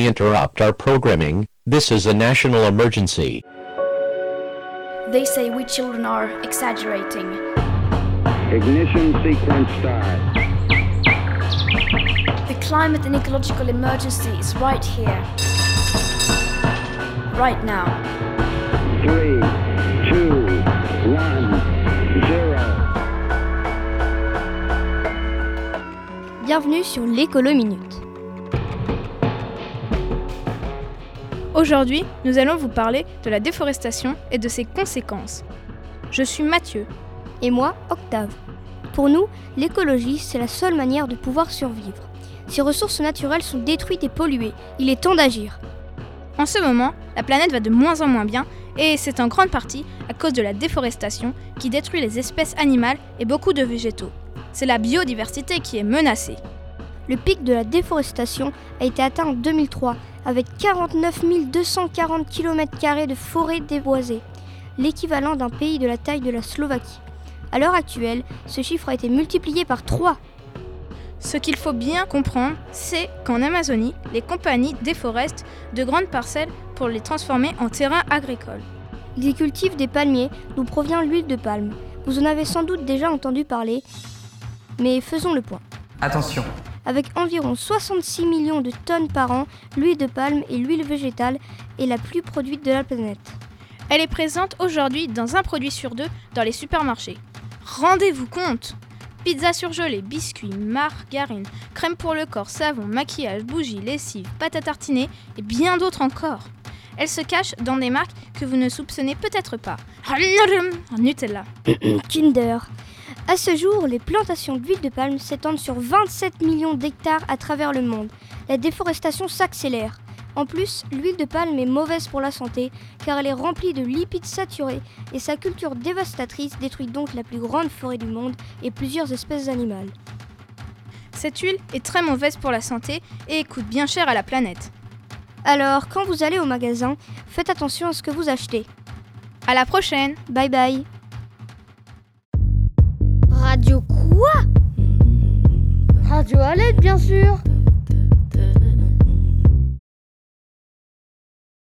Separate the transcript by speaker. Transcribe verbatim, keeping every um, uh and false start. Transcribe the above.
Speaker 1: we interrupt our programming. This is a national emergency.
Speaker 2: They say we children are exaggerating.
Speaker 3: Ignition sequence start.
Speaker 2: The climate and ecological emergency is right here. Right now.
Speaker 3: Three, two, one, zero.
Speaker 4: Bienvenue sur l'Écolo Minute.
Speaker 5: Aujourd'hui, nous allons vous parler de la déforestation et de ses conséquences. Je suis Mathieu.
Speaker 4: Et moi, Octave. Pour nous, l'écologie, c'est la seule manière de pouvoir survivre. Si ressources naturelles sont détruites et polluées, il est temps d'agir.
Speaker 5: En ce moment, la planète va de moins en moins bien et c'est en grande partie à cause de la déforestation qui détruit les espèces animales et beaucoup de végétaux. C'est la biodiversité qui est menacée.
Speaker 4: Le pic de la déforestation a été atteint en deux mille trois avec quarante-neuf mille deux cent quarante kilomètres carrés de forêts déboisées, l'équivalent d'un pays de la taille de la Slovaquie. À l'heure actuelle, ce chiffre a été multiplié par trois.
Speaker 5: Ce qu'il faut bien comprendre, c'est qu'en Amazonie, les compagnies déforestent de grandes parcelles pour les transformer en terrains agricoles.
Speaker 4: Ils y cultivent des palmiers d'où provient l'huile de palme. Vous en avez sans doute déjà entendu parler, mais faisons le point.
Speaker 6: Attention.
Speaker 4: Avec environ soixante-six millions de tonnes par an, l'huile de palme et l'huile végétale est la plus produite de la planète.
Speaker 5: Elle est présente aujourd'hui dans un produit sur deux dans les supermarchés. Rendez-vous compte! Pizza surgelée, biscuits, margarine, crème pour le corps, savon, maquillage, bougies, lessive, pâte à tartiner et bien d'autres encore. Elle se cache dans des marques que vous ne soupçonnez peut-être pas. Nutella.
Speaker 4: Kinder. À ce jour, les plantations d'huile de palme s'étendent sur vingt-sept millions d'hectares à travers le monde. La déforestation s'accélère. En plus, l'huile de palme est mauvaise pour la santé car elle est remplie de lipides saturés et sa culture dévastatrice détruit donc la plus grande forêt du monde et plusieurs espèces animales.
Speaker 5: Cette huile est très mauvaise pour la santé et coûte bien cher à la planète.
Speaker 4: Alors, quand vous allez au magasin, faites attention à ce que vous achetez.
Speaker 5: À la prochaine.
Speaker 4: Bye bye.
Speaker 7: Radio quoi? Radio à l'aide, bien sûr.